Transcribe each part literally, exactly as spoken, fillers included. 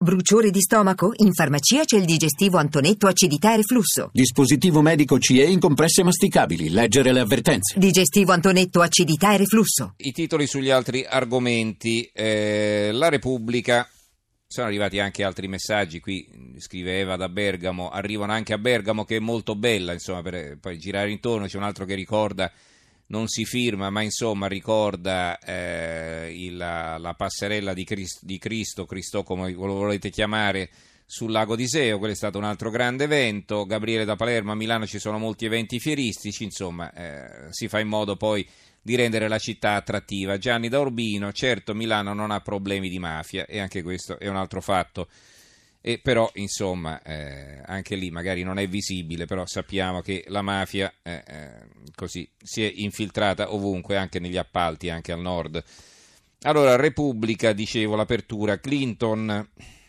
Bruciore di stomaco? In farmacia c'è il digestivo Antonetto acidità e reflusso. Dispositivo medico C E in compresse masticabili. Leggere le avvertenze. Digestivo Antonetto acidità e reflusso. I titoli sugli altri argomenti. Eh, la Repubblica. Sono arrivati anche altri messaggi. Qui scrive Eva da Bergamo. Arrivano anche a Bergamo, che è molto bella. Insomma, per poi girare intorno c'è un altro che ricorda. Non si firma, ma insomma ricorda eh, il, la, la passerella di Cristo, di Cristo, Cristo come lo volete chiamare, sul lago di Iseo. Quello è stato un altro grande evento. Gabriele da Palermo: a Milano ci sono molti eventi fieristici, insomma eh, si fa in modo poi di rendere la città attrattiva. Gianni da Urbino: certo Milano non ha problemi di mafia, e anche questo è un altro fatto. E però insomma eh, anche lì magari non è visibile, però sappiamo che la mafia eh, eh, così si è infiltrata ovunque, anche negli appalti, anche al nord. Allora, Repubblica, dicevo, l'apertura. Clinton: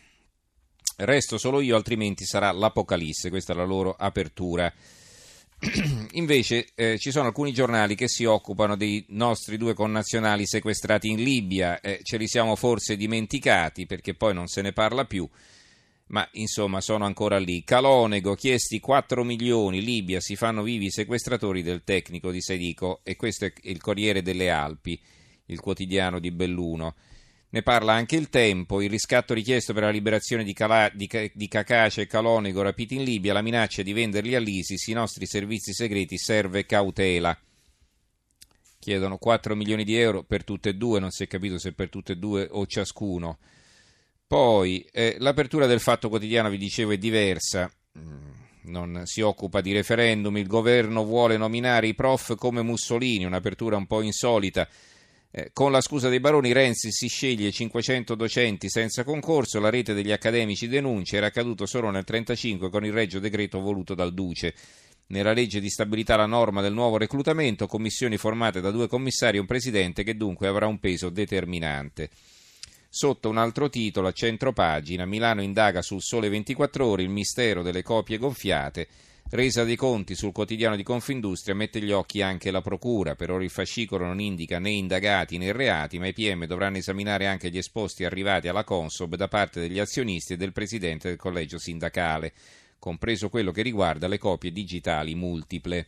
resto solo io, altrimenti sarà l'apocalisse. Questa è la loro apertura. Invece eh, ci sono alcuni giornali che si occupano dei nostri due connazionali sequestrati in Libia. Eh, ce li siamo forse dimenticati, perché poi non se ne parla più. Ma insomma sono ancora lì. Calonego: chiesti quattro milioni, Libia, si fanno vivi i sequestratori del tecnico di Sedico. E questo è il Corriere delle Alpi, il quotidiano di Belluno. Ne parla anche Il Tempo: il riscatto richiesto per la liberazione di, Cala- di, di Cacace e Calonego rapiti in Libia, la minaccia di venderli all'ISIS, i nostri servizi segreti, serve cautela. Chiedono quattro milioni di euro per tutte e due, non si è capito se per tutte e due o ciascuno. Poi eh, l'apertura del Fatto Quotidiano, vi dicevo, è diversa, non si occupa di referendum. Il governo vuole nominare i prof come Mussolini, un'apertura un po' insolita. Eh, con la scusa dei baroni, Renzi si sceglie cinquecento docenti senza concorso, la rete degli accademici denuncia, era accaduto solo nel trentacinque con il regio decreto voluto dal Duce. Nella legge di stabilità la norma del nuovo reclutamento, commissioni formate da due commissari e un presidente, che dunque avrà un peso determinante. Sotto un altro titolo, a centropagina: Milano indaga sul Sole ventiquattro Ore il mistero delle copie gonfiate. Resa dei conti sul quotidiano di Confindustria, mette gli occhi anche la procura. Per ora il fascicolo non indica né indagati né reati, ma i P M dovranno esaminare anche gli esposti arrivati alla Consob da parte degli azionisti e del presidente del collegio sindacale, compreso quello che riguarda le copie digitali multiple.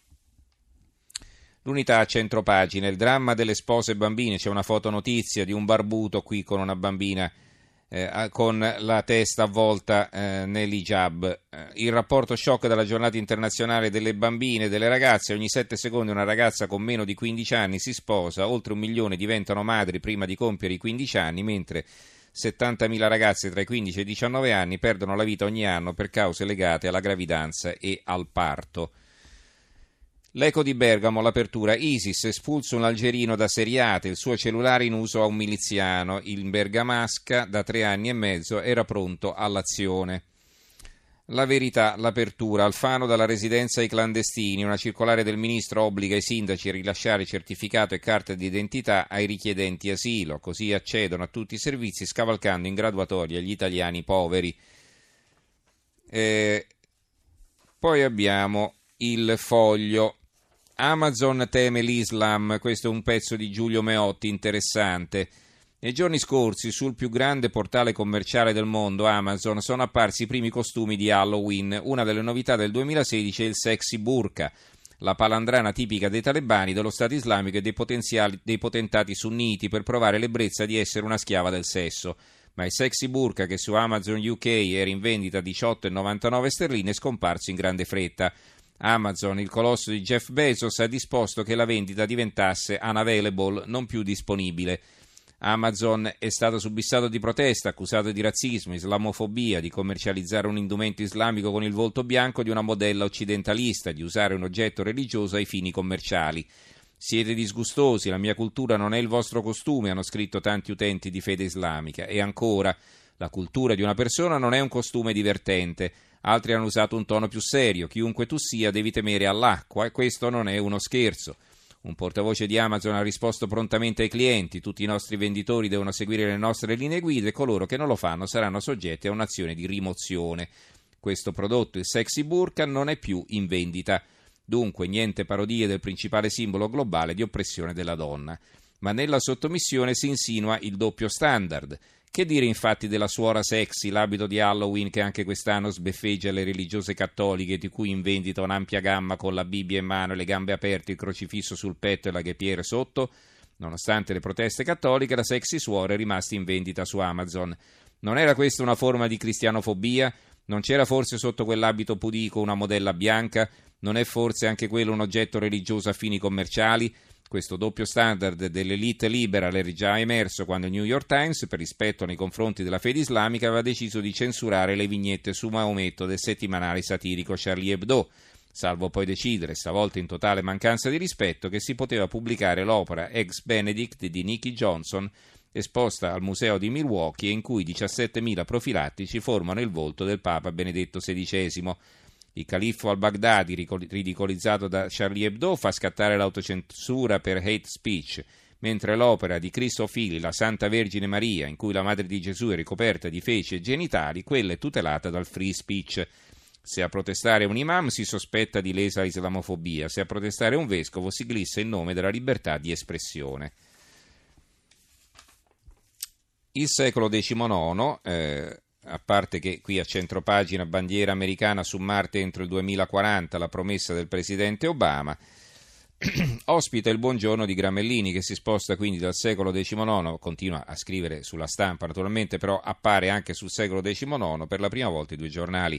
L'Unità a centropagina: il dramma delle spose bambine. C'è una fotonotizia di un barbuto qui con una bambina eh, con la testa avvolta eh, nell'hijab. Eh, il rapporto shock della giornata internazionale delle bambine e delle ragazze: ogni sette secondi una ragazza con meno di quindici anni si sposa, oltre un milione diventano madri prima di compiere i quindici anni, mentre settantamila ragazze tra i quindici e i diciannove anni perdono la vita ogni anno per cause legate alla gravidanza e al parto. L'Eco di Bergamo, l'apertura: ISIS, espulso un algerino da Seriate, il suo cellulare in uso a un miliziano. Il bergamasca da tre anni e mezzo era pronto all'azione. La Verità, l'apertura: Alfano dalla residenza ai clandestini, una circolare del ministro obbliga i sindaci a rilasciare certificato e carta d'identità ai richiedenti asilo, così accedono a tutti i servizi scavalcando in graduatoria gli italiani poveri. Eh, poi abbiamo Il Foglio: Amazon teme l'Islam. Questo è un pezzo di Giulio Meotti interessante. Nei giorni scorsi sul più grande portale commerciale del mondo, Amazon, sono apparsi i primi costumi di Halloween. Una delle novità del duemilasedici è il sexy burqa, la palandrana tipica dei talebani, dello Stato islamico e dei, potenziali, dei potentati sunniti, per provare l'ebbrezza di essere una schiava del sesso. Ma il sexy burqa, che su Amazon U K era in vendita a diciotto virgola novantanove sterline, è scomparso in grande fretta. Amazon, il colosso di Jeff Bezos, ha disposto che la vendita diventasse unavailable, non più disponibile. Amazon è stato subissato di protesta, accusato di razzismo, islamofobia, di commercializzare un indumento islamico con il volto bianco di una modella occidentalista, di usare un oggetto religioso ai fini commerciali. Siete disgustosi, la mia cultura non è il vostro costume, hanno scritto tanti utenti di fede islamica. E ancora: la cultura di una persona non è un costume divertente. Altri hanno usato un tono più serio: chiunque tu sia devi temere all'acqua, e questo non è uno scherzo. Un portavoce di Amazon ha risposto prontamente ai clienti: tutti i nostri venditori devono seguire le nostre linee guida e coloro che non lo fanno saranno soggetti a un'azione di rimozione. Questo prodotto, il sexy burqa, non è più in vendita. Dunque niente parodie del principale simbolo globale di oppressione della donna. ma nella sottomissione si insinua il doppio standard. Che dire infatti della suora sexy, l'abito di Halloween che anche quest'anno sbeffeggia le religiose cattoliche, di cui in vendita un'ampia gamma con la Bibbia in mano, le gambe aperte, il crocifisso sul petto e la ghepiere sotto? Nonostante le proteste cattoliche, la sexy suora è rimasta in vendita su Amazon. Non era questa una forma di cristianofobia? Non c'era forse sotto quell'abito pudico una modella bianca? Non è forse anche quello un oggetto religioso a fini commerciali? Questo doppio standard dell'elite liberal è già emerso quando il New York Times, per rispetto nei confronti della fede islamica, aveva deciso di censurare le vignette su Maometto del settimanale satirico Charlie Hebdo, salvo poi decidere, stavolta in totale mancanza di rispetto, che si poteva pubblicare l'opera Ex Benedict di Nicky Johnson, esposta al museo di Milwaukee, in cui diciassettemila profilattici formano il volto del Papa Benedetto sedicesimo. Il califfo al-Baghdadi, ridicolizzato da Charlie Hebdo, fa scattare l'autocensura per hate speech, mentre l'opera di Cristofili, La Santa Vergine Maria, in cui la Madre di Gesù è ricoperta di feci e genitali, quella è tutelata dal free speech. Se a protestare un imam si sospetta di lesa islamofobia, se a protestare un vescovo si glissa in nome della libertà di espressione. Il secolo diciannove, eh, a parte che qui a centropagina bandiera americana su Marte entro il duemilaquaranta, la promessa del presidente Obama, ospita il buongiorno di Gramellini, che si sposta quindi dal secolo diciannove, continua a scrivere sulla Stampa naturalmente, però appare anche sul secolo diciannove, per la prima volta i due giornali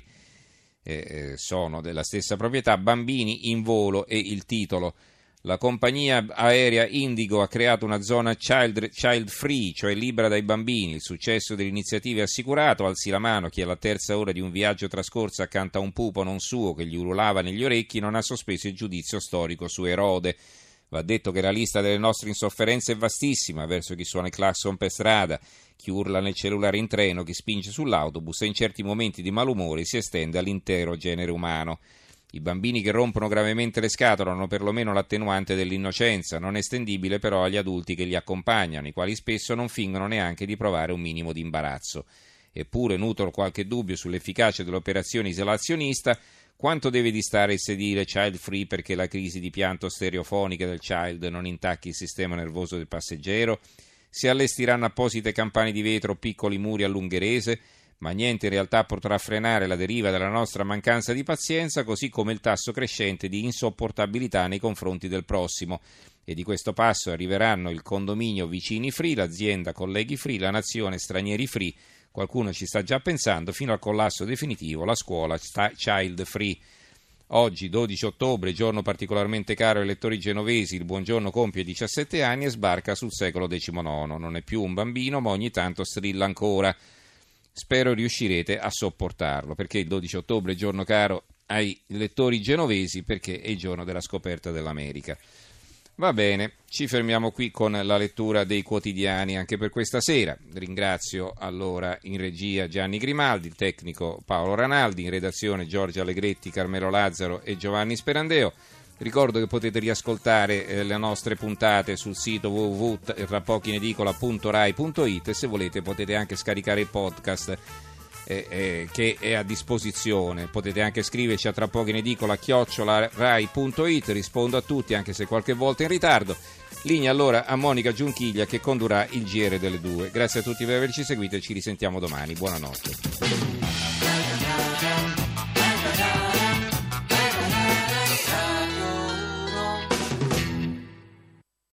eh, sono della stessa proprietà, Bambini in volo, e il titolo: la compagnia aerea Indigo ha creato una zona child, child free, cioè libera dai bambini. Il successo dell'iniziativa è assicurato. Alzi la mano chi alla terza ora di un viaggio trascorso accanto a un pupo non suo che gli ululava negli orecchi non ha sospeso il giudizio storico su Erode. Va detto che la lista delle nostre insofferenze è vastissima, verso chi suona il clacson per strada, chi urla nel cellulare in treno, chi spinge sull'autobus, e in certi momenti di malumore si estende all'intero genere umano. I bambini che rompono gravemente le scatole hanno perlomeno l'attenuante dell'innocenza, non estendibile però agli adulti che li accompagnano, i quali spesso non fingono neanche di provare un minimo di imbarazzo. Eppure nutro qualche dubbio sull'efficacia dell'operazione isolazionista. Quanto deve distare il sedile child free perché la crisi di pianto stereofonica del child non intacchi il sistema nervoso del passeggero? Si allestiranno apposite campane di vetro o piccoli muri all'ungherese? Ma niente in realtà potrà frenare la deriva della nostra mancanza di pazienza, così come il tasso crescente di insopportabilità nei confronti del prossimo. E di questo passo arriveranno il condominio vicini free, l'azienda colleghi free, la nazione stranieri free, qualcuno ci sta già pensando, fino al collasso definitivo, la scuola child free. Oggi, dodici ottobre, giorno particolarmente caro ai lettori genovesi, il buongiorno compie diciassette anni e sbarca sul secolo diciannove. Non è più un bambino, ma ogni tanto strilla ancora. Spero riuscirete a sopportarlo, perché il dodici ottobre è giorno caro ai lettori genovesi, perché è il giorno della scoperta dell'America. Va bene, ci fermiamo qui con la lettura dei quotidiani anche per questa sera. Ringrazio allora in regia Gianni Grimaldi, il tecnico Paolo Ranaldi, in redazione Giorgio Allegretti, Carmelo Lazzaro e Giovanni Sperandeo. Ricordo che potete riascoltare eh, le nostre puntate sul sito w w w punto trapochinedicola punto rai punto it e se volete potete anche scaricare il podcast eh, eh, che è a disposizione. Potete anche scriverci a trapochinedicola chiocciola rai punto it, rispondo a tutti anche se qualche volta in ritardo. Linea allora a Monica Giunchiglia che condurrà il G R delle due. Grazie a tutti per averci seguito e ci risentiamo domani. Buonanotte.